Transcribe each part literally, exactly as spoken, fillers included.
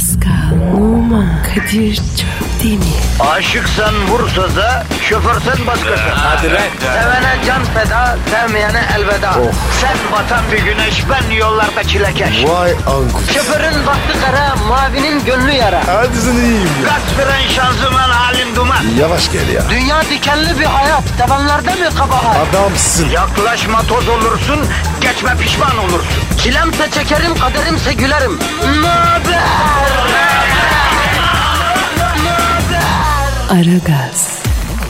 Pascal, Oman, Kadir çok değil mi? Aşıksan vursa da, şoförsen başkasın. Hadi lan. Sevene can feda, sevmeyene elveda. Oh. Sen batan bir güneş, ben yollarda çilekeş. Vay anku. Şoförün baktı kara, mavinin gönlü yara. Hadi sen iyiyim ya. Kasperen şanzıman halin duman. Yavaş gel ya. Dünya dikenli bir hayat, sevenlerde mi kabahar? Adamsın. Yaklaşma toz olursun, geçme pişman olursun. Çilemse çekerim, kaderimse gülerim. Möber! Aragaz.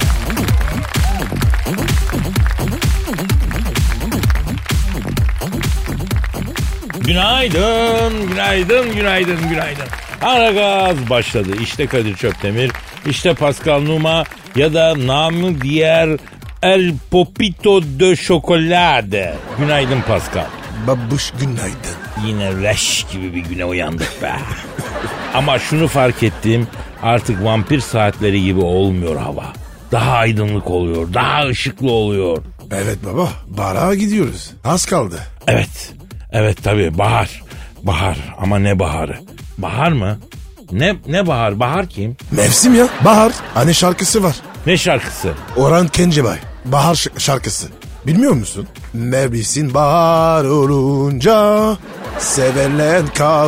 Günaydın, günaydın, günaydın, günaydın. Aragaz başladı. İşte Kadir Çöptemir, işte Pascal Numa ya da namı diğer El Popito de Chocolade. Günaydın Pascal. Babuş günaydın. Yine leş gibi bir güne uyandık be. Ama şunu fark ettim, artık vampir saatleri gibi olmuyor hava. Daha aydınlık oluyor, daha ışıklı oluyor. Evet baba, bahara gidiyoruz. Az kaldı. Evet, evet tabii bahar. Bahar ama ne baharı? Bahar mı? Ne ne bahar? Bahar kim? Mevsim ya, bahar. Hani şarkısı var. Ne şarkısı? Orhan Gencebay. Bahar ş- şarkısı. Bilmiyor musun? Mevsim bahar olunca, sevenler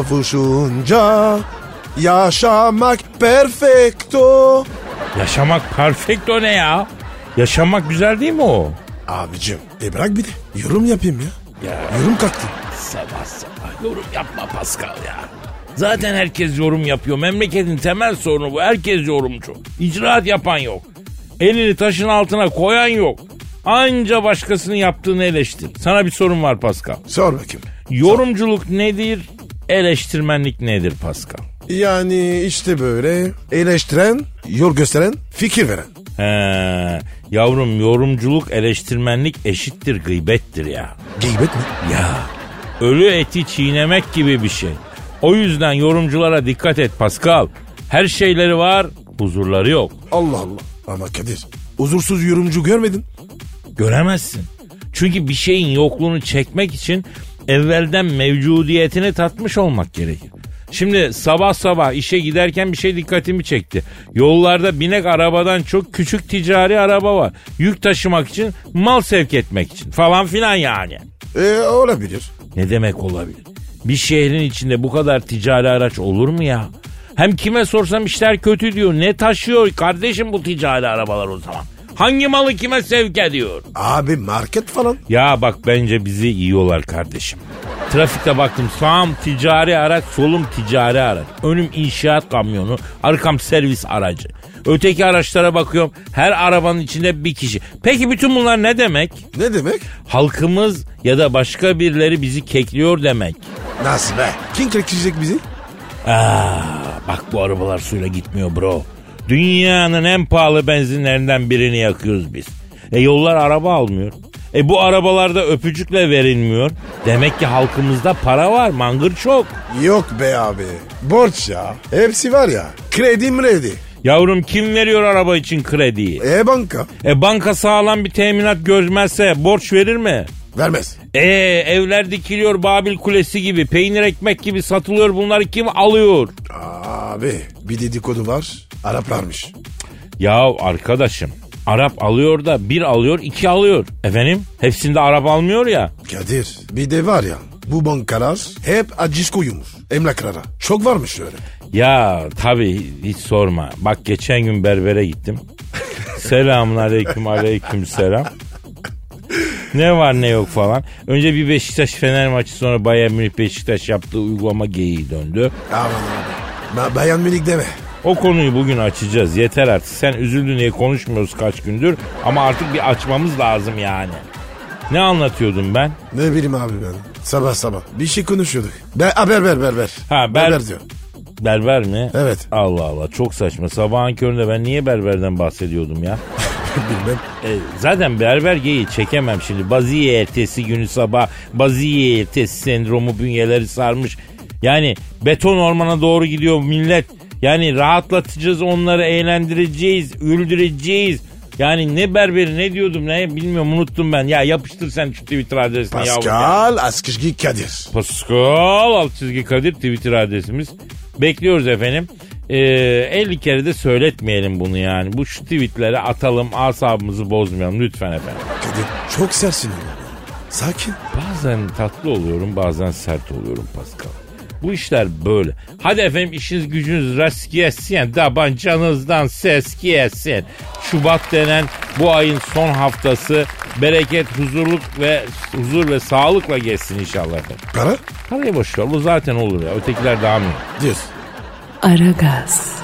kavuşunca, yaşamak perfecto. Yaşamak perfecto ne ya? Yaşamak güzel değil mi o? Abicim, e bırak bir de yorum yapayım ya. Ya Yorum kalktı. sabah sabah yorum yapma Pascal ya. Zaten herkes yorum yapıyor. Memleketin temel sorunu bu. Herkes yorumcu. İcraat yapan yok. Elini taşın altına koyan yok. Anca başkasının yaptığını eleştir. Sana bir sorun var Pascal. Sor bakayım. Yorumculuk nedir? Eleştirmenlik nedir Pascal? Yani işte böyle eleştiren, yol gösteren, fikir veren. He, yavrum yorumculuk eleştirmenlik eşittir gıybettir ya. Gıybet mi? Ya ölü eti çiğnemek gibi bir şey. O yüzden yorumculara dikkat et Pascal. Her şeyleri var, huzurları yok. Allah Allah. Ama Kadir, huzursuz yorumcu görmedin. Göremezsin. Çünkü bir şeyin yokluğunu çekmek için evvelden mevcudiyetini tatmış olmak gerekir. Şimdi sabah sabah işe giderken bir şey dikkatimi çekti. Yollarda binek arabadan çok küçük ticari araba var. Yük taşımak için, mal sevk etmek için falan filan yani. E olabilir. Ne demek olabilir? Bir şehrin içinde bu kadar ticari araç olur mu ya? Hem kime sorsam işler kötü diyor. Ne taşıyor kardeşim bu ticari arabalar o zaman? Hangi malı kime sevk ediyor? Abi market falan. Ya bak bence bizi yiyorlar kardeşim. Trafikte baktım sağım ticari araç, solum ticari araç. Önüm inşaat kamyonu, arkam servis aracı. Öteki araçlara bakıyorum, her arabanın içinde bir kişi. Peki bütün bunlar ne demek? Ne demek? Halkımız ya da başka birileri bizi kekliyor demek. Nasıl be? Kim kekleyecek bizi? Aa, bak bu arabalar suyla gitmiyor bro. Dünyanın en pahalı benzinlerinden birini yakıyoruz biz. E yollar araba almıyor. E bu arabalarda öpücükle verilmiyor. Demek ki halkımızda para var, mangır çok. Yok be abi. Borç ya. Hepsi var ya. Kredi mredi. Yavrum kim veriyor araba için krediyi? E banka. E banka sağlam bir teminat görmezse borç verir mi? Vermez. E evler dikiliyor Babil Kulesi gibi, peynir ekmek gibi satılıyor, bunları kim alıyor? Abi bir dedikodu var. Araplarmış. Ya arkadaşım, Arap alıyor da bir alıyor iki alıyor. Efendim hepsinde Arap almıyor ya. Kadir bir de var ya, bu bankalar hep aciz koymuş emlaklara. Çok varmış öyle. Ya tabii hiç sorma. Bak geçen gün berbere gittim. Selamun aleyküm aleyküm selam. Ne var ne yok falan. Önce bir Beşiktaş Fener maçı, sonra Bayern Münih Beşiktaş yaptığı uygulama geyiği döndü. Aman abi. Ba- Bayern Münih deme. O konuyu bugün açacağız. Yeter artık. Sen üzüldün diye konuşmuyoruz kaç gündür. Ama artık bir açmamız lazım yani. Ne anlatıyordum ben? Ne bileyim abi ben. Sabah sabah bir şey konuşuyorduk. Be haber ver ver ver. Ha, ber- berber diyor. Berber mi? Evet. Allah Allah çok saçma. Sabahın köründe ben niye berberden bahsediyordum ya? Bilmem. E, zaten berber geyiği çekemem şimdi. Baziye ertesi günü sabah baziye ertesi sendromu bünyeleri sarmış. Yani beton ormana doğru gidiyor millet. Yani rahatlatacağız onları, eğlendireceğiz, güldüreceğiz. Yani ne berberi ne diyordum ne bilmiyorum, unuttum ben. Ya yapıştır sen şu Twitter adresini yavrum. Pascal Askışgi Kadir. Pascal alt çizgi Kadir Twitter adresimiz. Bekliyoruz efendim. Ee, elli kere de söyletmeyelim bunu yani. Bu şu tweetleri atalım, asabımızı bozmayalım lütfen efendim. Kadir çok sersin oğlum. Sakin. Bazen tatlı oluyorum, bazen sert oluyorum Pascal. Bu işler böyle. Hadi efendim, işiniz gücünüz rast gelsin, tabancanızdan ses gelsin. Şubat denen bu ayın son haftası bereket, huzurluk ve huzur ve sağlıkla geçsin inşallah efendim. Para? Parayı boş ver, bu zaten olur ya. Ötekiler daha mı? Diyorsun. Aragaz.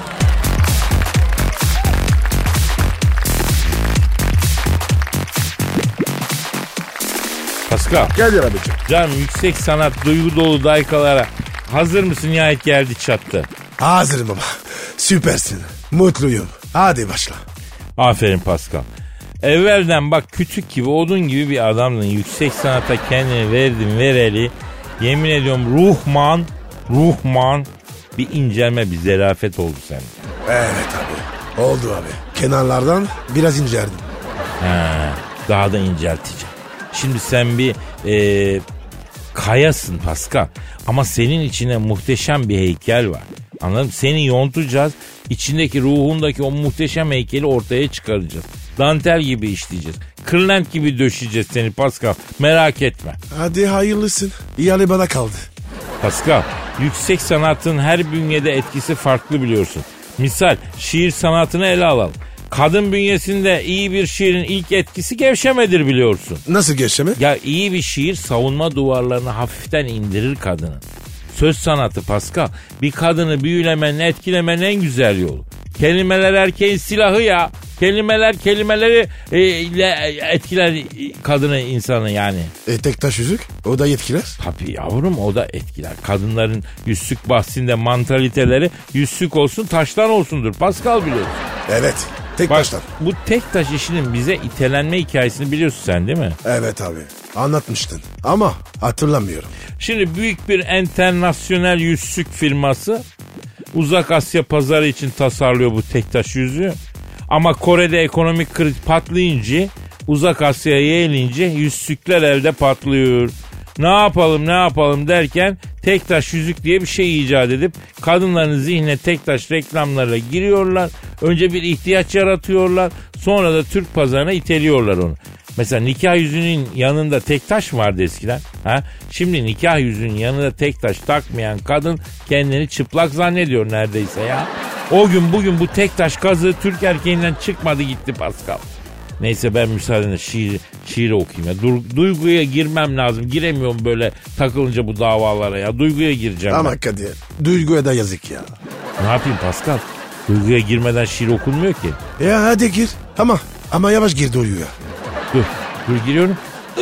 Pascal. Gel ya abicim. Canım, yüksek sanat, duygu dolu daykalara hazır mısın? Nihayet geldi çattı. Hazırım baba. Süpersin. Mutluyum. Hadi başla. Aferin Pascal. Evvelden bak kütük gibi, odun gibi bir adamdın. Yüksek sanata kendini verdin vereli. Yemin ediyorum ruhman, ruhman bir incelme, bir zerafet oldu senin. Evet abi. Oldu abi. Kenarlardan biraz incerdim. Ha, daha da incelteceğim. Şimdi sen bir e, kayasın Pascal. Ama senin içine muhteşem bir heykel var. Anladın mı? Seni yontacağız. İçindeki, ruhundaki o muhteşem heykeli ortaya çıkaracağız. Dantel gibi işleyeceğiz. Kırlent gibi döşeyeceğiz seni Pascal. Merak etme. Hadi hayırlısın. İhale bana kaldı. Pascal, yüksek sanatın her bünyede etkisi farklı biliyorsun. Misal şiir sanatını ele alalım. Kadın bünyesinde iyi bir şiirin ilk etkisi gevşemedir biliyorsun. Nasıl geçeme? Ya iyi bir şiir savunma duvarlarını hafiften indirir kadının. Söz sanatı Pascal, bir kadını büyülemenin, etkilemenin en güzel yolu. Kelimeler erkeğin silahı ya. Kelimeler kelimeleri e, etkiler kadını, insanı yani. E tek taş yüzük o da yetkiler. Tabii yavrum, o da etkiler. Kadınların yüzsük bahsinde mantaliteleri yüzsük olsun taştan olsundur. Pascal biliyorsun. Evet. Tek Bak, taştan. bu tek taş işinin bize itelenme hikayesini biliyorsun sen değil mi? Evet abi. Anlatmıştın. Ama hatırlamıyorum. Şimdi büyük bir enternasyonel yüzsük firması Uzak Asya pazarı için tasarlıyor bu tek taş yüzüğü. Ama Kore'de ekonomik kriz patlayınca, Uzak Asya'ya yayılınca yüzsükler elde patlıyor. Ne yapalım ne yapalım derken tek taş yüzük diye bir şey icat edip kadınların zihnine tek taş reklamlarla giriyorlar. Önce bir ihtiyaç yaratıyorlar, sonra da Türk pazarına iteliyorlar onu. Mesela nikah yüzüğünün yanında tek taş mı vardı eskiden? Ha? Şimdi nikah yüzüğünün yanında tek taş takmayan kadın kendini çıplak zannediyor neredeyse ya. O gün bugün bu tek taş kazığı Türk erkeğinden çıkmadı gitti Pascal. Neyse ben müsaadenle şiir, şiiri okuyayım ya. Du- duyguya girmem lazım. Giremiyorum böyle takılınca bu davalara ya. Duyguya gireceğim. Ama ben. Kadir, duyguya da yazık ya. Ne yapayım Pascal? Duyguya girmeden şiir okunmuyor ki. Ya hadi gir. Ama ama yavaş gir duyguya. Dur, dur giriyorum.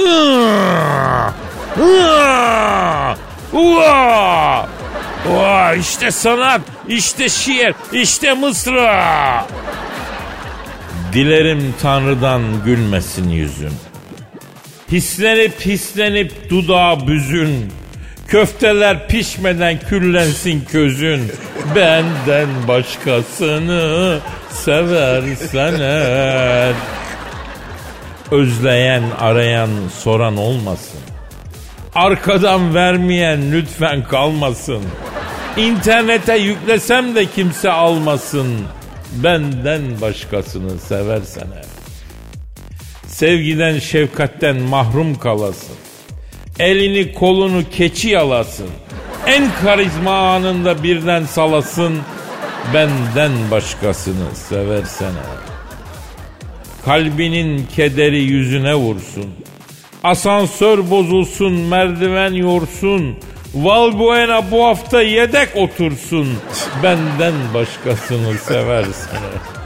İşte sanat, işte şiir, işte mısra. Dilerim Tanrı'dan gülmesin yüzün. Pislenip pislenip dudağı büzün. Köfteler pişmeden küllensin közün. Benden başkasını seversen eğer. Özleyen, arayan, soran olmasın. Arkadan vermeyen lütfen kalmasın. İnternete yüklesem de kimse almasın. Benden başkasını seversen eğer. Sevgiden, şefkatten mahrum kalasın. Elini kolunu keçi yalasın. En karizma anında birden salasın. Benden başkasını seversen eğer. Kalbinin kederi yüzüne vursun. Asansör bozulsun, merdiven yorsun. Valbuena bu hafta yedek otursun. Benden başkasını seversen.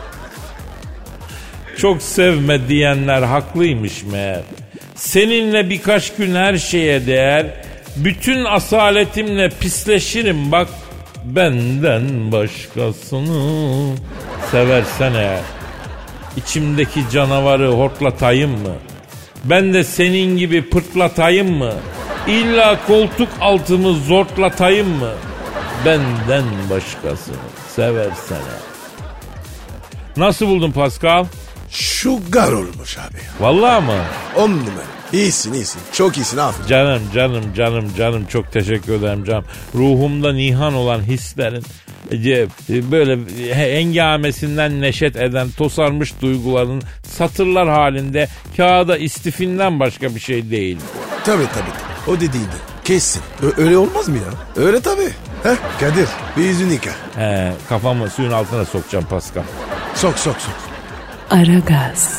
Çok sevme diyenler haklıymış meğer. Seninle birkaç gün her şeye değer. Bütün asaletimle pisleşirim bak. Benden başkasını seversen eğer. İçimdeki canavarı hortlatayım mı? Ben de senin gibi pırtlatayım mı? İlla koltuk altımı zortlatayım mı? Benden başkasını seversen. Nasıl buldun Pascal? Şu gar olmuş abi. Vallahi mı? On numara. İyisin iyisin. Çok iyisin aferin. Canım canım canım canım çok teşekkür ederim canım. Ruhumda nihan olan hislerin böyle engamesinden neşet eden tosarmış duyguların satırlar halinde kağıda istifinden başka bir şey değil. Tabii tabii. O dediydi. Kesin. Ö- öyle olmaz mı ya? Öyle tabii. Heh Kadir bir yüzünü yıka. He, kafamı suyun altına sokacağım Pascal. Sok sok sok. Aragaz.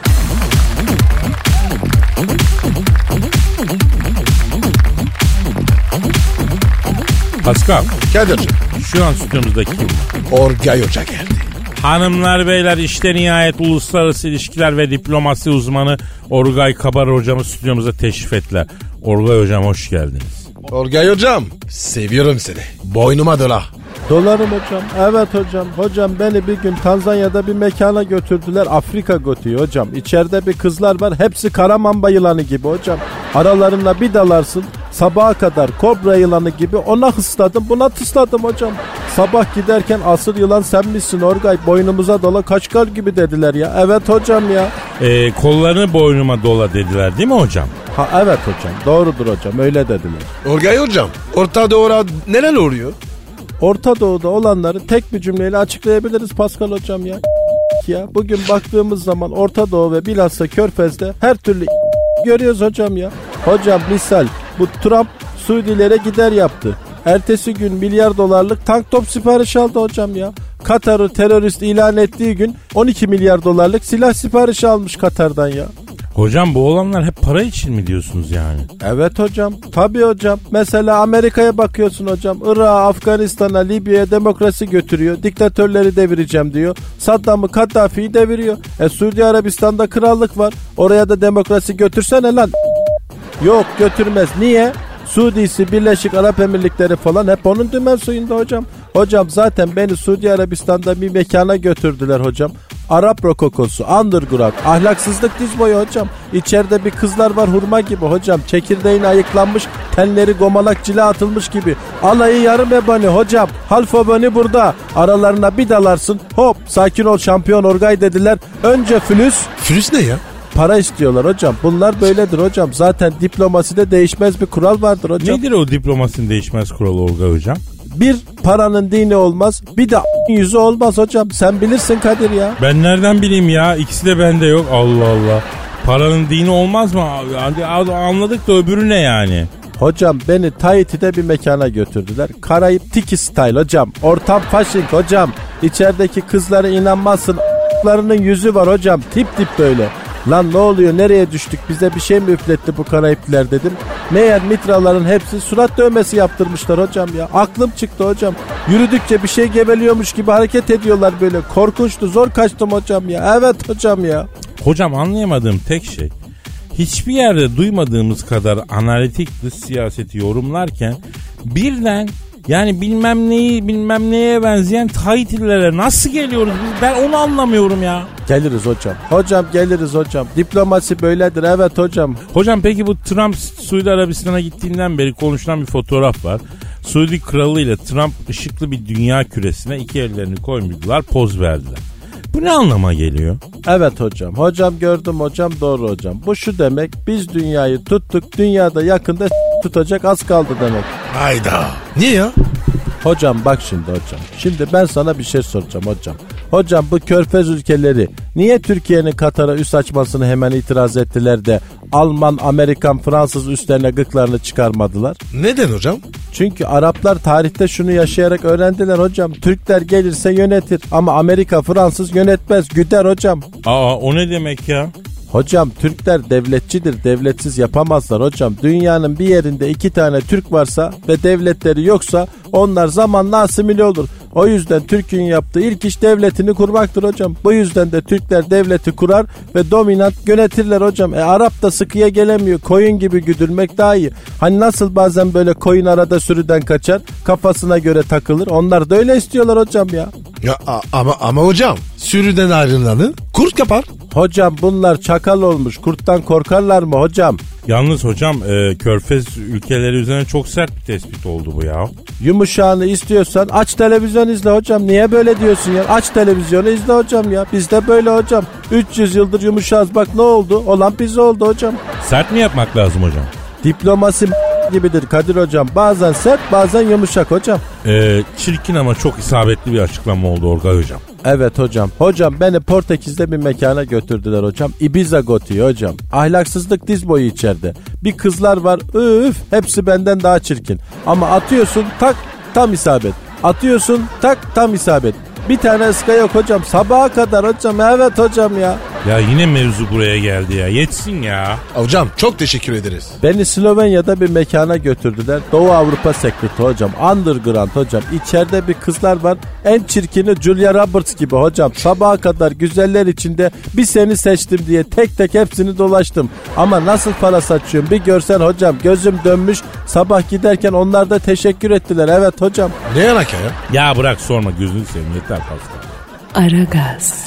Pascal, Kadir'cim. şu an stüdyomuzda kim? Orgay Hoca geldi. Hanımlar beyler, işte nihayet uluslararası ilişkiler ve diplomasi uzmanı Orgay Kabar hocamız stüdyomuza teşrif ettiler. Orgay hocam hoş geldiniz. Orgay Hocam seviyorum seni. Boynuma dola. Dolarım hocam. Evet hocam. Hocam beni bir gün Tanzanya'da bir mekana götürdüler. Afrika gotiği hocam. İçeride bir kızlar var. Hepsi karamamba yılanı gibi hocam. Aralarına bir dalarsın. Sabaha kadar kobra yılanı gibi ona hısladım buna tısladım hocam. Sabah giderken asıl yılan sen misin Orgay? Boynumuza dola kaçkal gibi dediler ya. Evet hocam ya. Ee, kollarını boynuma dola dediler değil mi hocam? Ha evet hocam. Doğrudur hocam. Öyle dediler. Orgay Hocam Orta Doğu'da neler oluyor? Orta Doğu'da olanları tek bir cümleyle açıklayabiliriz Pascal hocam ya. Ya bugün baktığımız zaman Orta Doğu ve bilhassa Körfez'de her türlü görüyoruz hocam ya. Hocam misal bu Trump Suudilere gider yaptı. Ertesi gün milyar dolarlık tank top siparişi aldı hocam ya. Katar'ı terörist ilan ettiği gün on iki milyar dolarlık silah siparişi almış Katar'dan ya. Hocam bu olanlar hep para için mi diyorsunuz yani? Evet hocam. Tabii hocam. Mesela Amerika'ya bakıyorsun hocam. Irak'a, Afganistan'a, Libya'ya demokrasi götürüyor. Diktatörleri devireceğim diyor. Saddam'ı, Kaddafi'yi deviriyor. E Suudi Arabistan'da krallık var. Oraya da demokrasi götürsene lan. Yok götürmez. Niye? Suudisi, Birleşik Arap Emirlikleri falan hep onun dümen suyunda hocam. Hocam zaten beni Suudi Arabistan'da bir mekana götürdüler hocam. Arap rokokosu, underground, ahlaksızlık diz boyu hocam. İçeride bir kızlar var hurma gibi hocam. Çekirdeğine ayıklanmış, tenleri gomalak cila atılmış gibi. Alayı yarım ebani hocam. Half ebani burada. Aralarına bir dalarsın. Hop sakin ol şampiyon Orgay dediler. Önce flüs. Flüs ne ya? Para istiyorlar hocam. Bunlar böyledir hocam. Zaten diplomaside değişmez bir kural vardır hocam. Nedir o diplomasinin değişmez kuralı Orgay hocam? Bir paranın dini olmaz. Bir de yüzü olmaz hocam. Sen bilirsin Kadir ya. Ben nereden bileyim ya? İkisi de bende yok. Allah Allah. Paranın dini olmaz mı? Hadi anladık da öbürü ne yani? Hocam beni Tahiti'de bir mekana götürdüler. Karayip Tiki Style hocam. Ortam faşink hocam. İçerideki kızlara inanmazsın. A**larının yüzü var hocam. Tip tip böyle. Lan ne oluyor nereye düştük bize bir şey mi üfletti bu Karayipliler dedim. Meğer mitraların hepsi surat dövmesi yaptırmışlar hocam ya. Aklım çıktı hocam. Yürüdükçe bir şey geveliyormuş gibi hareket ediyorlar böyle. Korkunçtu zor kaçtım hocam ya. Evet hocam ya. Hocam anlayamadığım tek şey. Hiçbir yerde duymadığımız kadar analitik dış siyaseti yorumlarken birden yani bilmem neyi bilmem neye benzeyen Tahitillere nasıl geliyoruz biz? Ben onu anlamıyorum ya. Geliriz hocam. Hocam geliriz hocam. Diplomasi böyledir evet hocam. Hocam peki bu Trump Suudi Arabistan'a gittiğinden beri konuşulan bir fotoğraf var. Suudi kralı ile Trump ışıklı bir dünya küresine iki ellerini koymuşlar, poz verdiler. Bu ne anlama geliyor? Evet hocam. Hocam gördüm hocam doğru hocam. Bu şu demek biz dünyayı tuttuk dünyada yakında tutacak az kaldı demek. Hayda. Niye ya? Hocam bak şimdi hocam. Şimdi ben sana bir şey soracağım hocam. Hocam bu Körfez ülkeleri niye Türkiye'nin Katar'a üs açmasını hemen itiraz ettiler de Alman, Amerikan, Fransız üslerine gıklarını çıkarmadılar? Neden hocam? Çünkü Araplar tarihte şunu yaşayarak öğrendiler hocam. Türkler gelirse yönetir ama Amerika, Fransız yönetmez, güder hocam. Aa o ne demek ya? Hocam Türkler devletçidir, devletsiz yapamazlar hocam. Dünyanın bir yerinde iki tane Türk varsa ve devletleri yoksa onlar zamanla asimile olur. O yüzden Türk'ün yaptığı ilk iş devletini kurmaktır hocam. Bu yüzden de Türkler devleti kurar ve dominant yönetirler hocam. E Arap da sıkıya gelemiyor. Koyun gibi güdülmek daha iyi. Hani nasıl bazen böyle koyun arada sürüden kaçar, kafasına göre takılır. Onlar da öyle istiyorlar hocam ya. Ya a- ama ama hocam sürüden ayrılanı kurt kapar. Hocam bunlar çakal olmuş. Kurttan korkarlar mı hocam? Yalnız hocam e, Körfez ülkeleri üzerine çok sert bir tespit oldu bu ya. Yumuşağını istiyorsan aç televizyon izle hocam. Niye böyle diyorsun ya? Aç televizyonu izle hocam ya. Bizde böyle hocam. üç yüz yıldır yumuşağız, bak ne oldu? Olan bize oldu hocam. Sert mi yapmak lazım hocam? Diplomasi gibidir Kadir hocam. Bazen sert, bazen yumuşak hocam. Ee, çirkin ama çok isabetli bir açıklama oldu Orgay hocam. Evet hocam. Hocam beni Portekiz'de bir mekana götürdüler hocam. Ibiza gotiği hocam. Ahlaksızlık diz boyu içeride. Bir kızlar var, üf, hepsi benden daha çirkin. Ama atıyorsun tak tam isabet. Atıyorsun tak tam isabet. Bir tane ıska yok hocam. Sabaha kadar hocam. Evet hocam ya. Ya yine mevzu buraya geldi ya. Yetsin ya. Hocam çok teşekkür ederiz. Beni Slovenya'da bir mekana götürdüler. Doğu Avrupa sekreti hocam. Underground hocam. İçeride bir kızlar var. En çirkini Julia Roberts gibi hocam. Sabaha kadar güzeller içinde bir seni seçtim diye tek tek hepsini dolaştım. Ama nasıl para saçıyorum bir görsen hocam. Gözüm dönmüş. Sabah giderken onlar da teşekkür ettiler. Evet hocam. Ne alaka ya? Ya bırak sorma, gözünü seveyim, yeter Pascal. Aragaz.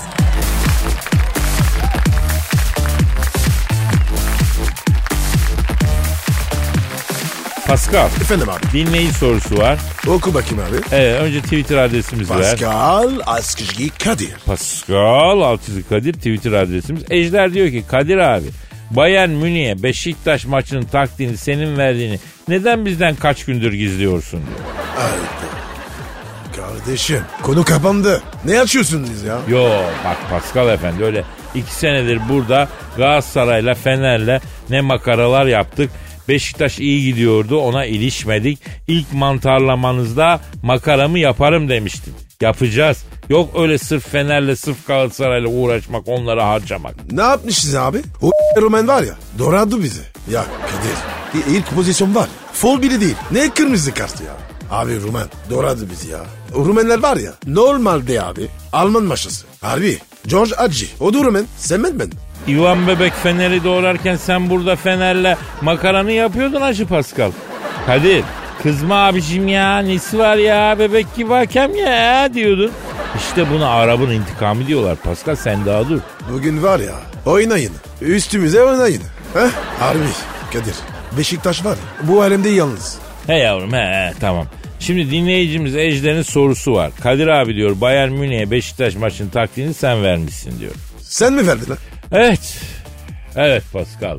Pascal, Efendim abi. dinleyici sorusu var. Oku bakayım abi. Evet, önce Twitter adresimizi ver. Pascal Askışgi Kadir. Pascal Altçızı Kadir Twitter adresimiz. Ejder diyor ki Kadir abi, Bayern Münih'e Beşiktaş maçının taktiğini senin verdiğini neden bizden kaç gündür gizliyorsun diyor. Haydi. Kardeşim konu kapandı. Ne açıyorsunuz ya? Yo bak Pascal efendi, öyle iki senedir burada Galatasaray'la Fener'le ne makaralar yaptık. Beşiktaş iyi gidiyordu, ona ilişmedik. İlk mantarlamanızda makaramı yaparım demiştim. Yapacağız. Yok öyle sırf Fener'le sırf Galatasaray'la uğraşmak, onları harcamak. Ne yapmışız abi? O Roman var ya, doğradı bizi. Ya Kadir, ilk pozisyon var. Fol bile değil. Ne kırmızı kartı ya? Abi Rumen doğradı bizi ya. O Rumenler var ya, normalde abi Alman maşası. Harbi. George Adji. O da Rumen. Sevmem ben. İvan Bebek Fener'i doğrarken sen burada Fener'le makaranı yapıyordun Hacı Pascal. Kadir, kızma abicim ya, nesi var ya, bebek gibi hakem ya diyordun. İşte buna Arap'ın intikamı diyorlar Pascal, sen daha dur. Bugün var ya, oynayın. Üstümüze oynayın. Heh? Harbi Kadir. Beşiktaş var ya, bu alemde yalnız. He yavrum he, he tamam. Şimdi dinleyicimiz Ejder'in sorusu var. Kadir abi diyor, Bayern Münih'e Beşiktaş maçının taktiğini sen vermişsin diyor. Sen mi verdin lan? Evet. Evet Pascal.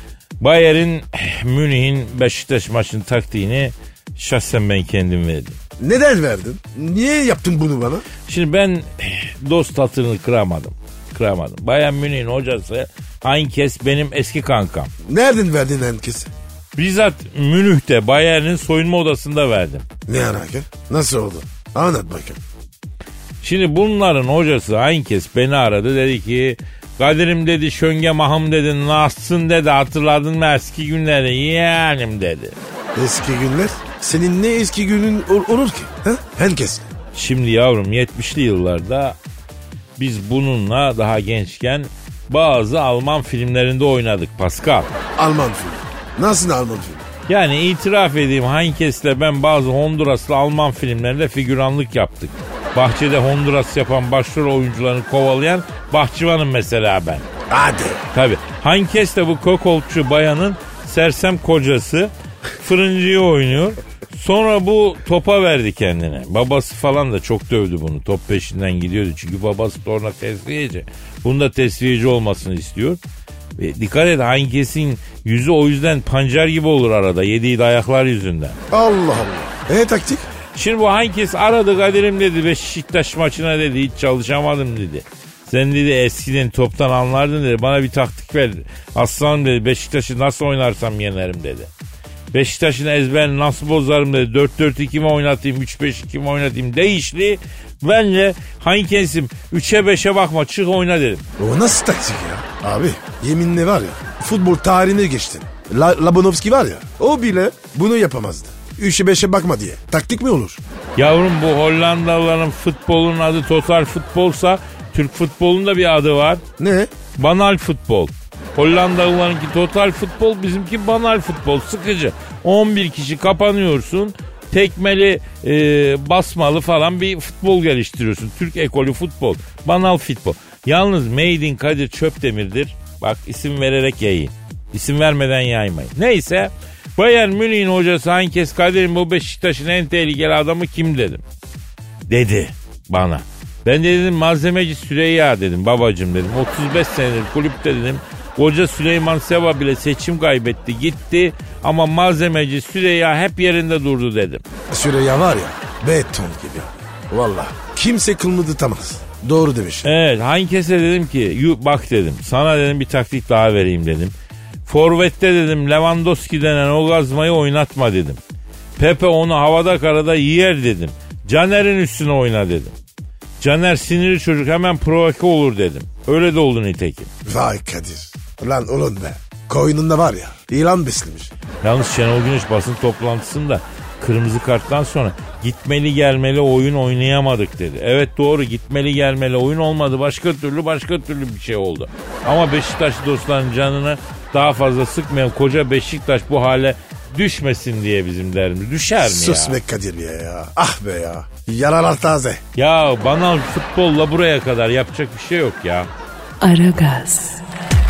Bayern Münih'in Beşiktaş maçının taktiğini şahsen ben kendim verdim. Neden verdin? Niye yaptın bunu bana? Şimdi ben dost hatırını kıramadım. Kıramadım. Bayern Münih'in hocası Heinkes benim eski kankam. Nereden verdin herkese? Bizzat Münih'te Bayern'in soyunma odasında verdim. Ne alaka? Nasıl oldu? Anlat bakayım. Şimdi bunların hocası Heinkes beni aradı, dedi ki Kadir'im dedi, şönge mahım dedi, nasılsın dedi, hatırladın mı eski günleri yeğenim dedi. Eski günler? Senin ne eski günün ol- olur ki? Ha? Herkes. Şimdi yavrum yetmişli yıllarda biz bununla daha gençken bazı Alman filmlerinde oynadık Pascal. Alman filmi. Nasıl Alman filmi? Yani itiraf edeyim, Heinkes'le ben bazı Honduraslı Alman filmlerinde figüranlık yaptık. Bahçede Honduras yapan başrol oyuncularını kovalayan bahçıvanım mesela ben. Hadi. Tabii. Heinkes de bu kokoltçu bayanın sersem kocası, fırıncıyı oynuyor. Sonra bu topa verdi kendine. Babası falan da çok dövdü bunu. Top peşinden gidiyordu. Çünkü babası torna tesviyeci. Bunun da tesviyeci olmasını istiyor. Ve dikkat et, Heinkes'in yüzü o yüzden pancar gibi olur arada. Yediği dayaklar yüzünden. Allah Allah. E taktik? Şimdi bu Heinkes aradı, Kadir'im dedi, Beşiktaş maçına dedi hiç çalışamadım dedi. Sen dedi eskiden toptan anlardın dedi, bana bir taktik ver. Aslanım dedi, Beşiktaş'ı nasıl oynarsam yenerim dedi. Beşiktaş'ın ezberini nasıl bozarım dedi. dört dört iki mi oynatayım, üç beş iki mi oynatayım değişli. Bence Heinkes'im üçe beşe bakma, çık oyna dedim. O nasıl taktik ya? Abi yeminle var ya, futbol tarihine geçtin. La- Labanovski var ya, o bile bunu yapamazdı. üçe beşe bakma diye. Taktik mi olur? Yavrum bu Hollandalıların futbolun adı total futbolsa Türk futbolun da bir adı var. Ne? Banal futbol. Hollandalılarınki total futbol, bizimki banal futbol. Sıkıcı. on bir kişi kapanıyorsun. Tekmeli, e, basmalı falan bir futbol geliştiriyorsun. Türk ekolü futbol. Banal futbol. Yalnız Made in Kadir Çöpdemir'dir. Bak isim vererek yayın. İsim vermeden yaymayın. Neyse Bayern Münih'in hocası Heynckes Kadir'in bu Beşiktaş'ın en tehlikeli adamı kim dedim. Dedi bana. Ben de dedim malzemeci Süreyya dedim babacım dedim. otuz beş senedir kulüpte dedim. Koca Süleyman Seba bile seçim kaybetti gitti ama malzemeci Süreyya hep yerinde durdu dedim. Süreyya var ya beton gibi. Valla kimse kılmı tutamaz. Doğru demiş. Evet Heynckes'e dedim ki bak dedim sana dedim bir taktik daha vereyim dedim. Forvet'te dedim Lewandowski denen o gazmayı oynatma dedim. Pepe onu havada karada yer dedim. Caner'in üstüne oyna dedim. Caner sinirli çocuk hemen provoke olur dedim. Öyle de oldu nitekim. Vay Kadir. Lan oğlum be. Koynunda var ya ilan beslemiş. Yalnız Şenol Güneş basın toplantısında kırmızı karttan sonra gitmeli gelmeli oyun oynayamadık dedi. Evet doğru gitmeli gelmeli oyun olmadı. Başka türlü başka türlü bir şey oldu. Ama Beşiktaş dostların canını daha fazla sıkmayalım. Koca Beşiktaş bu hale düşmesin diye bizim derdimiz. Düşer mi Sus ya? Sus be Kadir ya, ya. Ah be ya. Yaralar taze. Ya banal futbolla buraya kadar yapacak bir şey yok ya. Aragaz.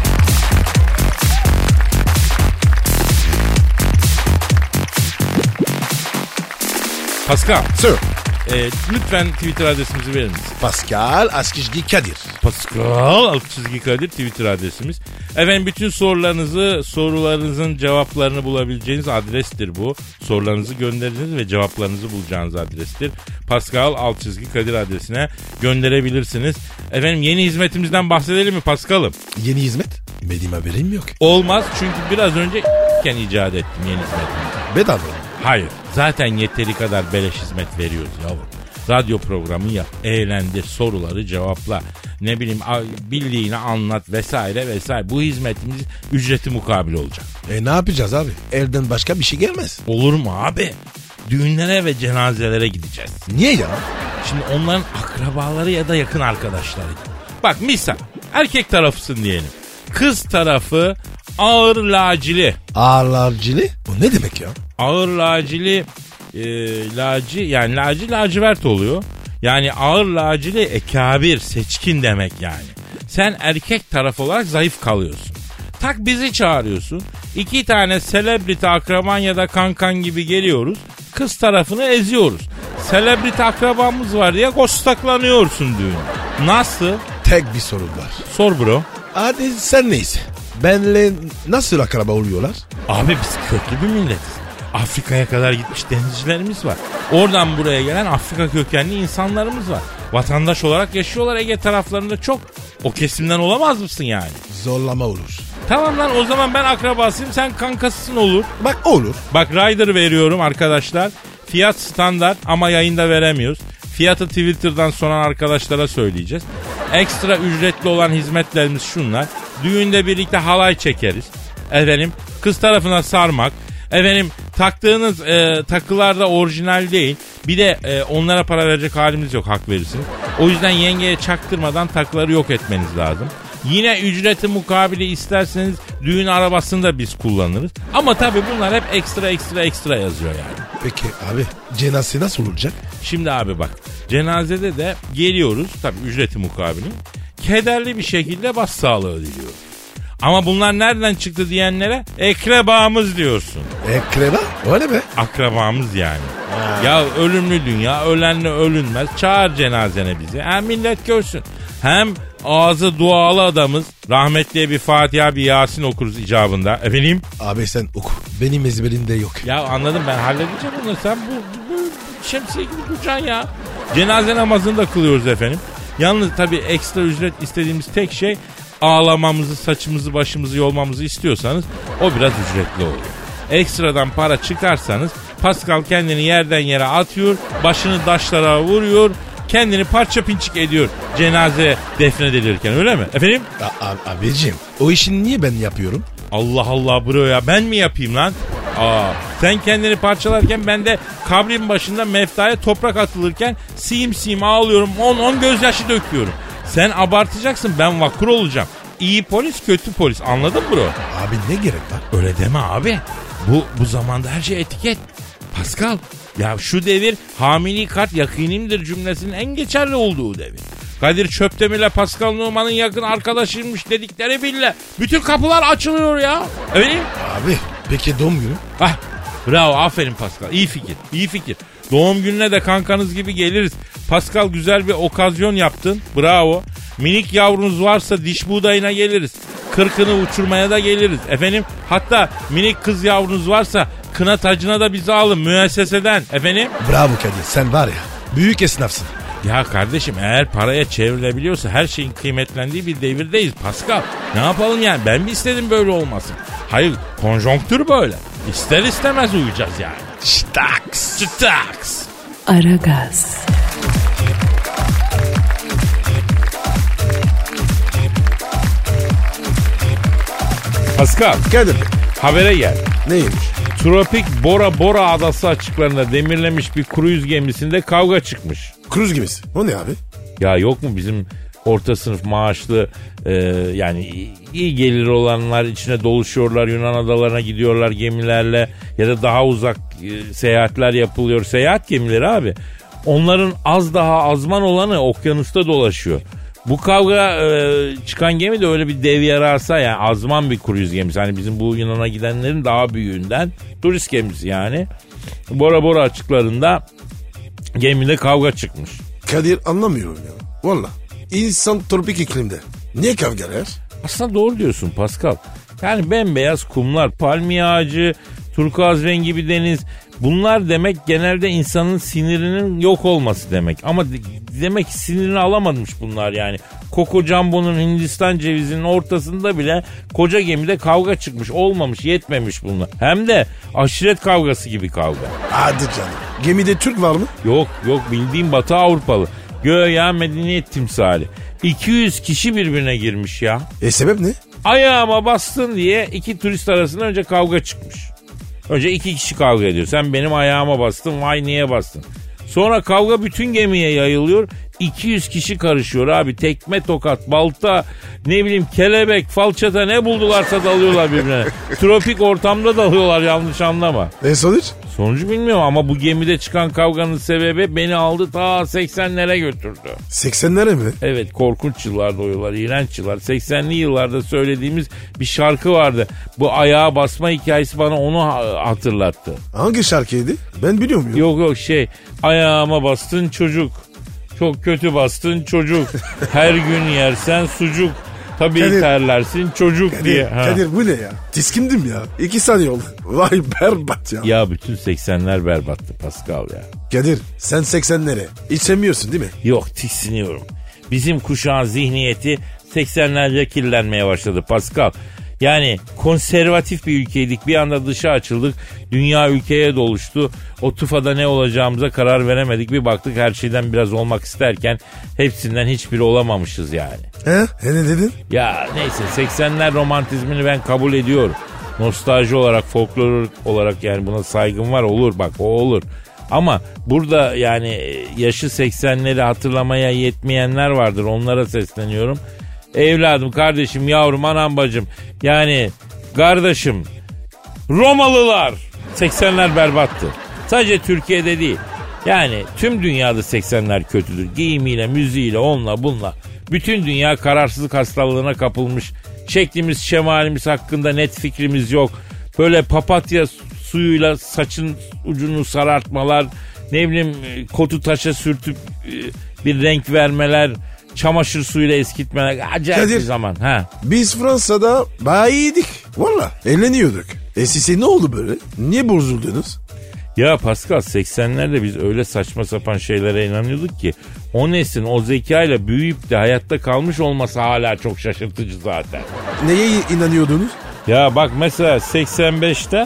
Pascal. Sir. E, lütfen Twitter adresimizi verir misin? Pascal Askizgi Kadir. Pascal alt çizgi Kadir Twitter adresimiz. Efendim bütün sorularınızı, sorularınızın cevaplarını bulabileceğiniz adrestir bu. Sorularınızı gönderiniz ve cevaplarınızı bulacağınız adrestir. Pascal alt çizgi Kadir adresine gönderebilirsiniz. Efendim yeni hizmetimizden bahsedelim mi Pascal'ım? Yeni hizmet? Benim haberim yok. Olmaz çünkü biraz önce iken icat ettim yeni hizmetimizi. Bedava. Hayır. Zaten yeteri kadar beleş hizmet veriyoruz yavrum. Radyo programı yap, eğlendir, soruları cevapla, ne bileyim bildiğini anlat vesaire vesaire. Bu hizmetimiz ücreti mukabil olacak. E ne yapacağız abi? Elden başka bir şey gelmez. Olur mu abi? Düğünlere ve cenazelere gideceğiz. Niye ya? Şimdi onların akrabaları ya da yakın arkadaşları. Bak misal erkek tarafısın diyelim. Kız tarafı ağır lacili. Ağır lacili? Bu ne demek ya? Ağır lacili e, laci yani laci lacivert oluyor. Yani ağır lacili ekabir seçkin demek yani. Sen erkek taraf olarak zayıf kalıyorsun. Tak bizi çağırıyorsun. İki tane selebriti akraban ya da kankan gibi geliyoruz. Kız tarafını eziyoruz. Selebriti akrabamız var diye kostaklanıyorsun düğün. Nasıl? Tek bir sorun var. Sor bro. Hadi sen neyse. Benle nasıl akraba oluyorlar? Abi biz köklü bir milletiz. Afrika'ya kadar gitmiş denizcilerimiz var. Oradan buraya gelen Afrika kökenli insanlarımız var. Vatandaş olarak yaşıyorlar Ege taraflarında çok. O kesimden olamaz mısın yani? Zorlama olur. Tamam lan o zaman ben akrabasıyım sen kankasısın olur. Bak olur. Bak rider veriyorum arkadaşlar. Fiyat standart ama yayında veremiyoruz. Fiyatı Twitter'dan soran arkadaşlara söyleyeceğiz. Ekstra ücretli olan hizmetlerimiz şunlar. Düğünde birlikte halay çekeriz. Efendim kız tarafına sarmak. Efendim taktığınız e, takılar da orijinal değil. Bir de e, onlara para verecek halimiz yok hak verirsiniz. O yüzden yengeye çaktırmadan takıları yok etmeniz lazım. Yine ücreti mukabili isterseniz düğün arabasını da biz kullanırız. Ama tabii bunlar hep ekstra ekstra ekstra yazıyor yani. Peki abi cenaze nasıl olacak? Şimdi abi bak cenazede de geliyoruz tabii ücreti mukabili. Kederli bir şekilde başsağlığı diliyoruz. Ama bunlar nereden çıktı diyenlere ekrabamız diyorsun. Ekreba? O ne be? Akrabamız yani. Ha. Ya ölümlü dünya ölenle ölünmez. Çağır cenazene bizi. Hem millet görsün. Hem ağzı dualı adamız. Rahmetliye bir Fatiha bir Yasin okuruz icabında. Efendim? Abi sen oku. Benim ezberimde yok. Ya anladım ben halledeceğim bunu. Sen bu, bu, bu şemsiye gibi duracaksın ya. Cenaze namazını da kılıyoruz efendim. Yalnız tabii ekstra ücret istediğimiz tek şey ağlamamızı, saçımızı, başımızı yolmamızı istiyorsanız o biraz ücretli oluyor. Ekstradan para çıkarsanız Pascal kendini yerden yere atıyor, başını taşlara vuruyor, kendini parça pinçik ediyor cenaze defnedilirken öyle mi? Efendim? A- abicim o işini niye ben yapıyorum? Allah Allah bro ya ben mi yapayım lan? Aa, sen kendini parçalarken ben de kabrin başında meftaya toprak atılırken sim sim ağlıyorum on on gözyaşı döküyorum. Sen abartacaksın ben vakur olacağım. İyi polis kötü polis anladın bro? Abi ne gerek var? Öyle deme abi. Bu bu zamanda her şey etiket. Pascal ya şu devir hamili kart yakinimdir cümlesinin en geçerli olduğu devir. Kadir Çöptemir ile Pascal Numa'nın yakın arkadaşıymış dedikleri bile bütün kapılar açılıyor ya. Öyle mi? Abi peki doğum günü? Ah, bravo, aferin Pascal. İyi fikir, iyi fikir. Doğum gününe de kankanız gibi geliriz. Pascal, güzel bir okazyon yaptın. Bravo. Minik yavrunuz varsa diş buğdayına geliriz. Kırkını uçurmaya da geliriz. Efendim, hatta minik kız yavrunuz varsa kına tacına da bizi alın müesseseden. Efendim? Bravo Kadir, sen var ya büyük esnafsın. Ya kardeşim, eğer paraya çevrilebiliyorsa her şeyin kıymetlendiği bir devirdeyiz Pascal. Ne yapalım yani, ben mi istedim böyle olmasın? Hayır, konjonktür böyle. İster istemez uyuyacağız yani. Staks. Staks. Aragaz. Pascal, Kadir, habere gel. neymiş? Tropik Bora Bora adası açıklarında demirlemiş bir kruz gemisinde kavga çıkmış. Kruz gemisi. O ne abi? Ya yok mu bizim orta sınıf maaşlı e, yani iyi geliri olanlar içine doluşuyorlar, Yunan adalarına gidiyorlar gemilerle ya da daha uzak e, seyahatler yapılıyor. Seyahat gemileri abi. Onların az daha azman olanı okyanusta dolaşıyor. Bu kavga e, çıkan gemi de öyle bir dev yarasa, yani azman bir kruz gemisi. Hani bizim bu Yunan'a gidenlerin daha büyüğünden, turist gemisi yani. Bora Bora açıklarında gemide kavga çıkmış. Kadir, anlamıyorum ya. Valla. İnsan tropik iklimde. Niye kavga eder? Aslında doğru diyorsun Pascal. Yani bembeyaz kumlar, palmiye ağacı, turkuaz rengi bir deniz. Bunlar demek genelde insanın sinirinin yok olması demek. Ama de- demek ki sinirini alamamış bunlar yani. Coco Jumbo'nun Hindistan cevizinin ortasında bile koca gemide kavga çıkmış. Olmamış, yetmemiş bunlar. Hem de aşiret kavgası gibi kavga. Hadi canım. Gemide Türk var mı? Yok yok, bildiğim Batı Avrupalı. Göya medeniyet timsali. iki yüz kişi birbirine girmiş ya. E sebep ne? Ayağıma bastın diye iki turist arasında önce kavga çıkmış. Önce iki kişi kavga ediyor. Sen benim ayağıma bastın, vay niye bastın? Sonra kavga bütün gemiye yayılıyor. iki yüz kişi karışıyor abi. Tekme, tokat, balta, ne bileyim kelebek, falçata ne buldularsa dalıyorlar birbirine. Tropik ortamda dalıyorlar, yanlış anlama. E sonuç? Sonucu bilmiyorum ama bu gemide çıkan kavganın sebebi beni aldı ta seksenlere götürdü. seksenlere mi? Evet, korkunç yıllarda oluyorlar, iğrenç yıllar. seksenli yıllarda söylediğimiz bir şarkı vardı. Bu ayağa basma hikayesi bana onu hatırlattı. Hangi şarkıydı? Ben biliyor muyum? Yok yok şey, ayağıma bastın çocuk. Çok kötü bastın çocuk. Her gün yersen sucuk. Tabii Kadir, terlersin çocuk Kadir, diye. Ha. Kadir bu ne ya? Tiskindim ya. İki saniye oldu. Vay berbat ya. Ya bütün seksenler berbattı Pascal ya. Kadir, sen seksenlere hiç sevmiyorsun değil mi? Yok, tiksiniyorum. Bizim kuşağın zihniyeti seksenlerde kirlenmeye başladı Pascal. Yani konservatif bir ülkeydik, bir anda dışa açıldık, dünya ülkeye doluştu. O tufada ne olacağımıza karar veremedik, bir baktık her şeyden biraz olmak isterken hepsinden hiçbiri olamamışız yani. He? He ne dedin? Ya neyse, seksenler romantizmini ben kabul ediyorum. Nostalji olarak, folklor olarak yani buna saygım var, olur bak, o olur. Ama burada yani yaşı seksenleri hatırlamaya yetmeyenler vardır, onlara sesleniyorum. Evladım, kardeşim, yavrum, anam, bacım, yani kardeşim, Romalılar seksenler berbattı. Sadece Türkiye'de değil. Yani tüm dünyada seksenler kötüdür. Giyimiyle, müziğiyle, onunla bununla. Bütün dünya kararsızlık hastalığına kapılmış. Şeklimiz, şemalimiz hakkında net fikrimiz yok. Böyle papatya suyuyla saçın ucunu sarartmalar, ne bileyim kotu taşa sürtüp bir renk vermeler, çamaşır suyuyla eskitmeler. Acayip Kadir, bir zaman. Ha. Biz Fransa'da bayağı iyiydik. Valla eğleniyorduk. E size ne oldu böyle? Niye bozuldunuz? Ya Pascal, seksenlerde biz öyle saçma sapan şeylere inanıyorduk ki o neslin o zekayla büyüyüp de hayatta kalmış olması hala çok şaşırtıcı zaten. Neye inanıyordunuz? Ya bak mesela seksen beşte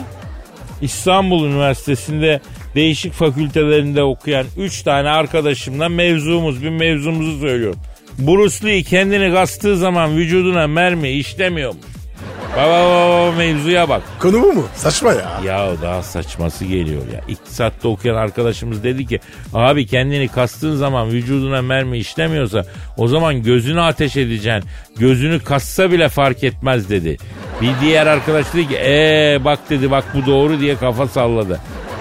İstanbul Üniversitesi'nde değişik fakültelerinde okuyan üç tane arkadaşımla mevzumuz bir mevzumuzu söylüyorum. Bruce Lee kendini kastığı zaman vücuduna mermi işlemiyormuş. Baba baba mevzuya bak. Konu bu mu? Saçma ya. Ya daha saçması geliyor ya. İktisatta okuyan arkadaşımız dedi ki abi kendini kastığın zaman vücuduna mermi işlemiyorsa o zaman gözünü ateş edeceksin. Gözünü kassa bile fark etmez dedi. Bir diğer arkadaş dedi ki eee bak dedi bak bu doğru diye kafa salladı.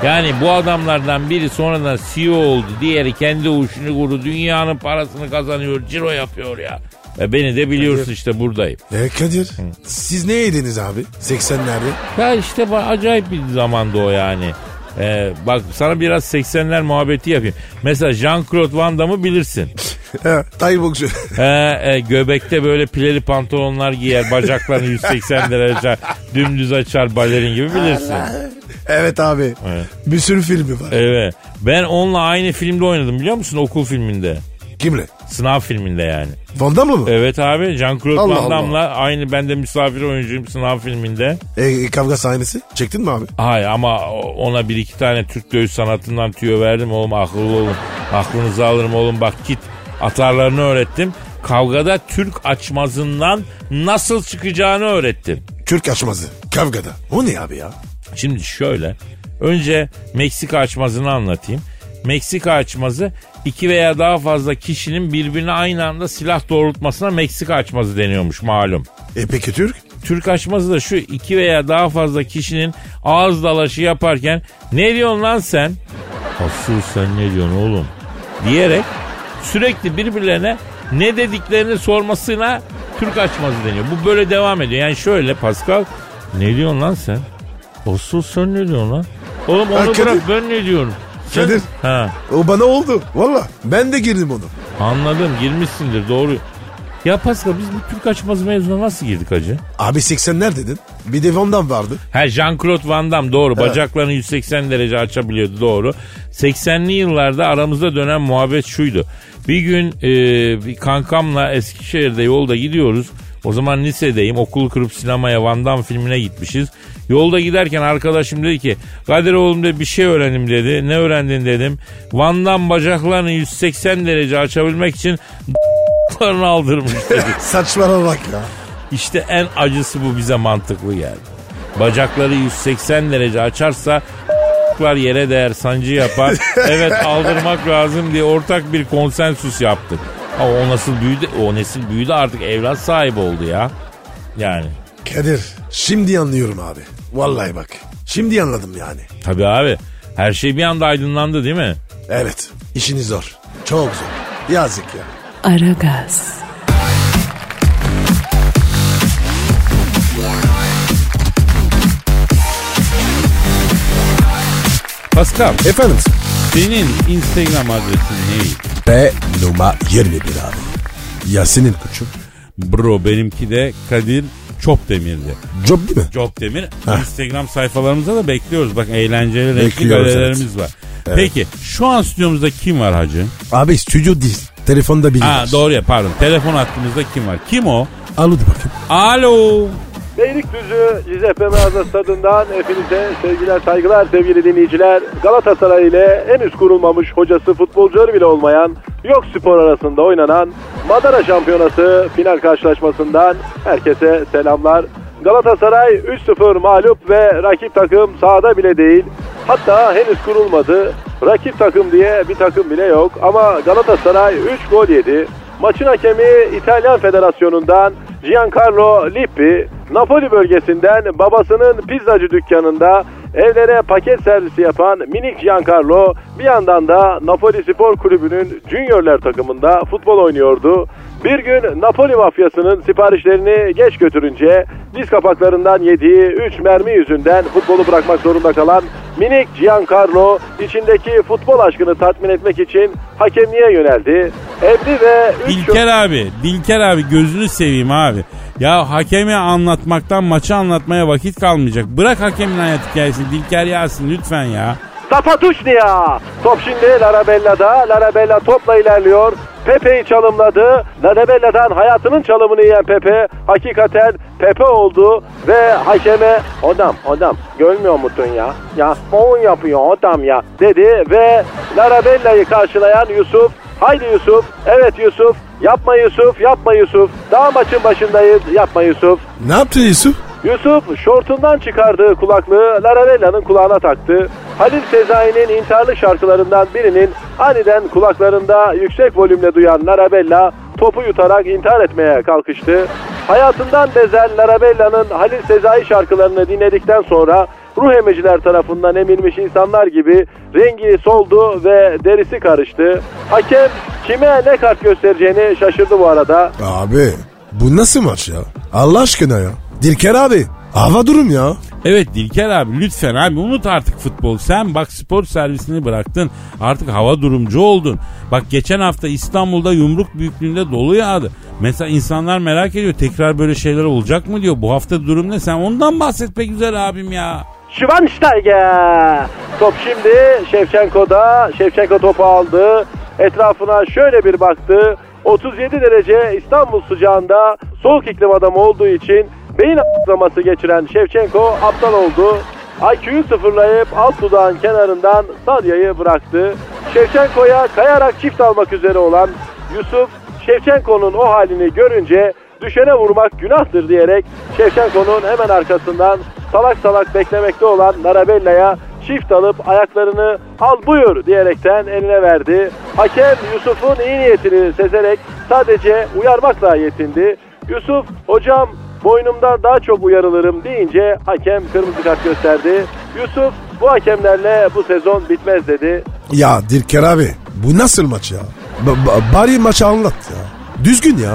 Yani bu adamlardan biri sonradan C E O oldu. Diğeri kendi uçunu kurdu. Dünyanın parasını kazanıyor. Ciro yapıyor ya. Ve beni de biliyorsun Kadir. işte buradayım. E Kadir Hı. siz ne yediniz abi seksenlerde? Ya işte acayip bir zamandı o yani. Ee, bak sana biraz seksenler muhabbeti yapayım. Mesela Jean-Claude Van Damme'ı bilirsin. Taybokçu. Ee, e, göbekte böyle pileli pantolonlar giyer. Bacaklarını yüz seksen derece dümdüz açar balerin gibi bilirsin. Evet abi. Evet. Bir sürü filmi var. Evet. Ben onunla aynı filmde oynadım biliyor musun? Okul filminde. Kimle? Sınav filminde yani. Van Damme mı? Evet abi. Jean-Claude Van Damme'la aynı ben de misafir oyuncuyum sınav filminde. E, kavga sahnesi çektin mi abi? Hayır ama ona bir iki tane Türk dövüş sanatından tüyo verdim. Oğlum akıllı olun. Aklınızı alırım oğlum bak git. Atarlarını öğrettim. Kavgada Türk açmazından nasıl çıkacağını öğrettim. Türk açmazı kavgada. O ne abi ya? Şimdi şöyle. Önce Meksika açmazını anlatayım. Meksika açmazı iki veya daha fazla kişinin birbirine aynı anda silah doğrultmasına Meksika açmazı deniyormuş malum. E peki Türk? Türk açmazı da şu iki veya daha fazla kişinin ağız dalaşı yaparken ne diyorsun lan sen? Asıl sen ne diyorsun oğlum? Diyerek sürekli birbirlerine ne dediklerini sormasına Türk açmazı deniyor. Bu böyle devam ediyor. Yani şöyle Pascal ne diyorsun lan sen? Asıl sen ne diyorsun lan? Oğlum onu ha, bırak ben ne diyorum? Sen... Kadir. Ha. O bana oldu. Valla ben de girdim onu. Anladım girmişsindir doğru. Ya Pascal biz bu Türk açmazı mevzuna nasıl girdik hacı? Abi seksenler dedin. Bir de Van Damme vardı. Ha Jean-Claude Van Damme doğru. Evet. Bacaklarını yüz seksen derece açabiliyordu doğru. seksenli yıllarda aramızda dönen muhabbet şuydu. Bir gün e, bir kankamla Eskişehir'de yolda gidiyoruz. O zaman lisedeyim. Okulu kırıp sinemaya Van Damme filmine gitmişiz. Yolda giderken arkadaşım dedi ki Kadir oğlum dedi bir şey öğrendim dedi. Ne öğrendin dedim. Van Damme bacaklarını yüz seksen derece açabilmek için d***larını aldırmış dedi. Saçmalama bak ya. İşte en acısı bu bize mantıklı geldi. Bacakları yüz seksen derece açarsa d***lar yere değer sancı yapar. Evet aldırmak lazım diye ortak bir konsensüs yaptık. Ama o nasıl büyüdü, o nesil büyüdü artık evlat sahibi oldu ya. Yani. Kadir şimdi anlıyorum abi. Vallahi bak. Şimdi anladım yani. Tabii abi. Her şey bir anda aydınlandı değil mi? Evet. İşiniz zor. Çok zor. Yazık ya. Aragaz. Pascal. Efendim? Senin Instagram adresin neydi? P numara yirmi bir abi. Ya senin koçum? Bro benimki de Kadir Çopdemir'di. Job değil mi? Çopdemir. Instagram sayfalarımızda da bekliyoruz. Bak eğlenceli renkli galerilerimiz evet. var. Evet. Peki şu an stüdyomuzda kim var hacı? Abi stüdyo değil. Telefonda biri ha, var. Doğru ya pardon. Telefon hattımızda kim var? Kim o? Alo de bakayım. Alo. Beylikdüzü Giuseppe Meazza stadından hepinize sevgiler saygılar sevgili dinleyiciler. Galatasaray ile henüz kurulmamış hocası futbolcuları bile olmayan Yok Spor arasında oynanan Madara Şampiyonası final karşılaşmasından herkese selamlar. Galatasaray üç sıfır mağlup ve rakip takım sahada bile değil. Hatta henüz kurulmadı. Rakip takım diye bir takım bile yok ama Galatasaray üç gol yedi. Maçın hakemi İtalyan Federasyonu'ndan Giancarlo Lippi, Napoli bölgesinden babasının pizzacı dükkanında evlere paket servisi yapan minik Giancarlo bir yandan da Napoli Spor Kulübü'nün juniorlar takımında futbol oynuyordu. Bir gün Napoli mafyasının siparişlerini geç götürünce diz kapaklarından yediği üç mermi yüzünden futbolu bırakmak zorunda kalan minik Giancarlo içindeki futbol aşkını tatmin etmek için hakemliğe yöneldi. Evli ve üç Dilker ço- abi, Dilker abi gözünü seveyim abi. Ya hakemi anlatmaktan maçı anlatmaya vakit kalmayacak. Bırak hakemin hayat hikayesini Dilker Yasin lütfen ya. Zapatuşnia. Top şimdi Larabella'da. Larabella topla ilerliyor. Pepe'yi çalımladı. Larabella'dan hayatının çalımını yiyen Pepe hakikaten Pepe oldu ve hakeme adam adam görmüyor musun ya? Ya on yapıyor adam ya dedi ve Larabella'yı karşılayan Yusuf. Haydi Yusuf. Evet Yusuf. Yapma Yusuf. Yapma Yusuf. Daha maçın başındayız. Yapma Yusuf. Ne yaptı Yusuf? Yusuf şortundan çıkardığı kulaklığı Larabella'nın kulağına taktı. Halil Sezai'nin intiharlı şarkılarından birinin aniden kulaklarında yüksek volümle duyan Larabella topu yutarak intihar etmeye kalkıştı. Hayatından bezen Larabella'nın Halil Sezai şarkılarını dinledikten sonra ruh emiciler tarafından emilmiş insanlar gibi rengi soldu ve derisi karıştı. Hakem kime ne kart göstereceğini şaşırdı bu arada. Abi bu nasıl maç ya? Allah aşkına ya. Dilker abi hava durum ya. Evet Dilker abi lütfen abi unut artık futbol. Sen bak spor servisini bıraktın. Artık hava durumcu oldun. Bak geçen hafta İstanbul'da yumruk büyüklüğünde dolu yağdı. Mesela insanlar merak ediyor tekrar böyle şeyler olacak mı diyor. Bu hafta durum ne? Sen ondan bahset be güzel abim ya. Schweinsteiger. Top şimdi Şevçenko'da. Şevçenko topu aldı. Etrafına şöyle bir baktı. otuz yedi derece İstanbul sıcağında soğuk iklim adamı olduğu için beyin atlaması geçiren Şevçenko aptal oldu. I Q'yu sıfırlayıp alt dudağın kenarından salyayı bıraktı. Şevçenko'ya kayarak çift almak üzere olan Yusuf, Şevçenko'nun o halini görünce düşene vurmak günahtır diyerek Şevçenko'nun hemen arkasından salak salak beklemekte olan Narabella'ya çift alıp ayaklarını al buyur diyerekten eline verdi. Hakem Yusuf'un iyi niyetini sezerek sadece uyarmakla yetindi. Yusuf hocam boynumdan daha çok uyarılırım deyince hakem kırmızı kart gösterdi. Yusuf bu hakemlerle bu sezon bitmez dedi. Ya Dilker abi bu nasıl maç ya? B- b- bari maçı anlat ya. Düzgün ya.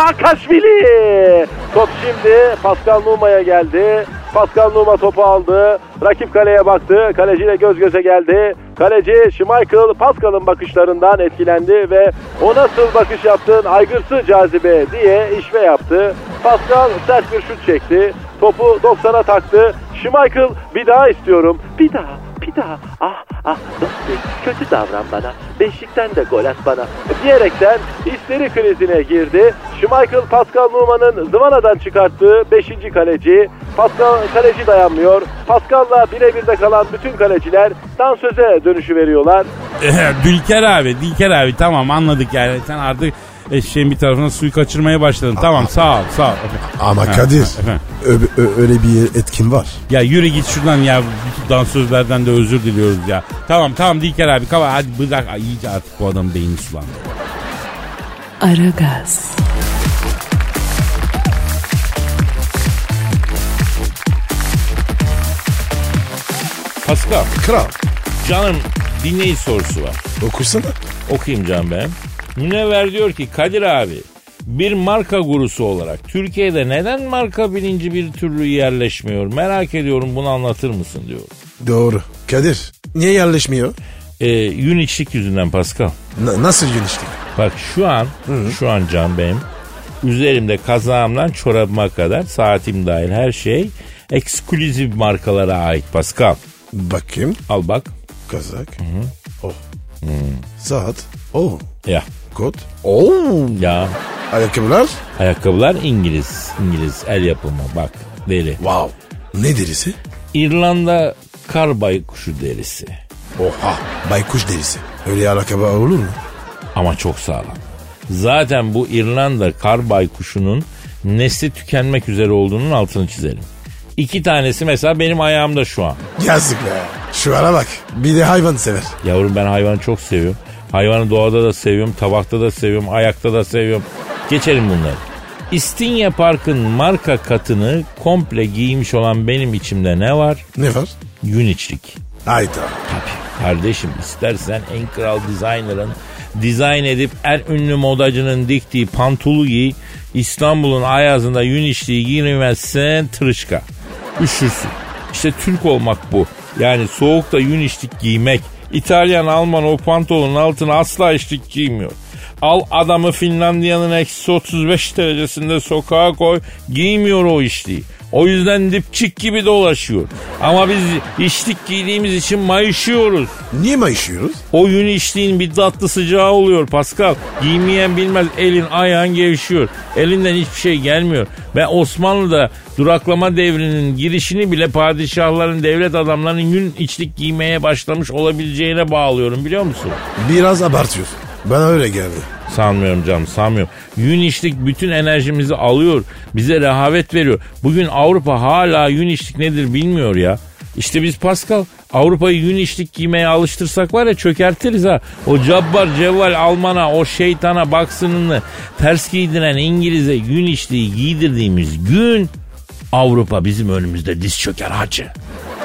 Saakashvili. Top şimdi Pascal Numa'ya geldi. Pascal Numa topu aldı. Rakip kaleye baktı. Kaleciyle göz göze geldi. Kaleci Schmeichel Pascal'ın bakışlarından etkilendi ve o nasıl bakış yaptın aygırsı cazibe diye işve yaptı. Pascal sert bir şut çekti. Topu doksana taktı. Schmeichel bir daha istiyorum. Bir daha. Bir daha ah ah dostum kötü davran bana. Beşikten de gol at bana diyerekten histeri krizine girdi. Schmeichel Pascal Numa'nın zıvanadan çıkarttığı beşinci kaleci. Pascal kaleci dayanmıyor. Pascal'la birebir de kalan bütün kaleciler dansöze dönüşü veriyorlar. Dilker abi, Dilker abi tamam anladık yani sen artık eşeğin bir tarafına suyu kaçırmaya başladın. Tamam sağ ol sağ ol. Ama Ha, Kadir ha, ö- ö- öyle bir etkin var. Ya yürü git şuradan ya bütün dansözlerden de özür diliyoruz ya. Tamam tamam Dilker abi kava hadi bırak Ay, iyice artık bu adamın beyni sulandı. Aragaz. Pascal. Kral Canım dinleyici sorusu var. okusana. Okuyayım canım ben. Münevver diyor ki Kadir abi bir marka gurusu olarak Türkiye'de neden marka bilinci bir türlü yerleşmiyor? Merak ediyorum bunu anlatır mısın diyor. Doğru. Kadir niye yerleşmiyor? Ee, yün içlik yüzünden Pascal. N- nasıl genişlik? Bak şu an Hı-hı. şu an can benim üzerimde kazağımdan çorabıma kadar saatim dahil her şey ekskluzif markalara ait Pascal. Bakayım. Al bak. Kazak. Hı-hı. Oh. Hı. Saat. Oh. Ya. Kot. Oh. Ya. Ayakkabılar. Ayakkabılar İngiliz. İngiliz el yapımı bak deri. Wow. Ne derisi? İrlanda kar baykuşu derisi. Oha. Baykuş derisi. Öyle ayakkabı olur mu? Ama çok sağlam. Zaten bu İrlanda kar baykuşunun nesli tükenmek üzere olduğunun altını çizelim. İki tanesi mesela benim ayağımda şu an. Yazık be. Şu ara bak. Bir de hayvan sever. Yavrum ben hayvanı çok seviyorum. Hayvanı doğada da seviyorum, tabakta da seviyorum, ayakta da seviyorum. Geçelim bunları. İstinye Park'ın marka katını komple giymiş olan benim içimde ne var? Ne var? Yün içlik. Hayda. Tabii. Kardeşim istersen en kral designer'ın dizayn edip en ünlü modacının diktiği pantolu giy. İstanbul'un ayazında yün içliği giymezsen tırışka. Üşürsün. İşte Türk olmak bu. Yani soğukta yün içlik giymek. İtalyan, Alman o pantolonun altına asla içlik giymiyor. Al adamı Finlandiya'nın eksi otuz beş derecesinde sokağa koy. Giymiyor o içliği. O yüzden dipçik gibi dolaşıyor. Ama biz içlik giydiğimiz için mayışıyoruz. Niye mayışıyoruz? O yün içliğin bir tatlı sıcağı oluyor Pascal. Giymeyen bilmez elin ayağın gevşiyor. Elinden hiçbir şey gelmiyor. Ben Osmanlı'da duraklama devrinin girişini bile padişahların, devlet adamlarının yün içlik giymeye başlamış olabileceğine bağlıyorum biliyor musun? Biraz abartıyorsun. Bana öyle geldi. Sanmıyorum canım sanmıyorum. Yün içlik bütün enerjimizi alıyor. Bize rehavet veriyor. Bugün Avrupa hala yün içlik nedir bilmiyor ya. İşte biz Pascal Avrupa'yı yün içlik giymeye alıştırsak var ya çökertiriz ha. O cabbar cevval Alman'a o şeytana baksınını ters giydiren İngiliz'e yün içliği giydirdiğimiz gün Avrupa bizim önümüzde diz çöker hacı.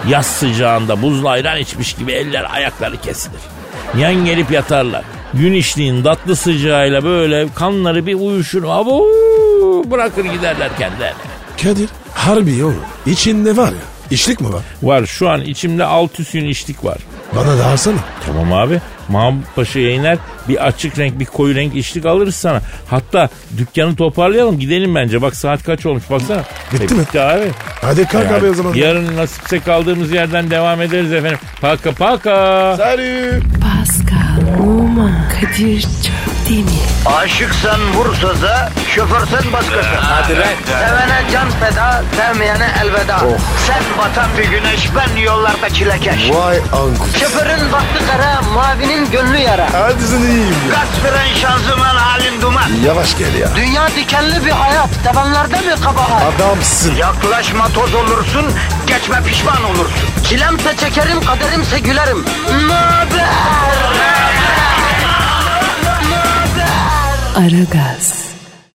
Yaz sıcağında buzlu ayran içmiş gibi eller ayakları kesilir. Yan gelip yatarlar. Gün içtiğin tatlı sıcağıyla böyle kanları bir uyuşur. Abo, bırakır giderler kendilerine. Kadir harbi oğlum. İçinde var ya içlik mi var? Var, şu an içimde alt üst yün içlik var. Bana da alsana. Tamam abi. Mahmut Paşa'ya iner, bir açık renk bir koyu renk içlik alırız sana. Hatta dükkanı toparlayalım, gidelim bence. Bak saat kaç olmuş baksana. Bitti e, mi? Bitti abi. Hadi kalk Yani abi o zaman. yarın nasipse kaldığımız yerden devam ederiz efendim. Paka paka. Salut. Pascal, Oman, Kadir çok değil mi? Aşıksan vursa da, şoförsen başkasın. Hadi lan. Sevene can feda, sevmeyene elveda. Sen batan bir güneş, ben yollarda çilekeş. Vay anku. Şoförün baktı kara, mavinin gönlü yara. Hadi sen iyiyim ya. Kasperen şanzıman halin duman. Yavaş gel ya. Dünya dikenli bir hayat, sevenlerde mi kabahar? Adamsın. Yaklaşma toz olursun, geçme pişman olursun. Çilemse çekerim, kaderimse gülerim. Möber! Aragaz.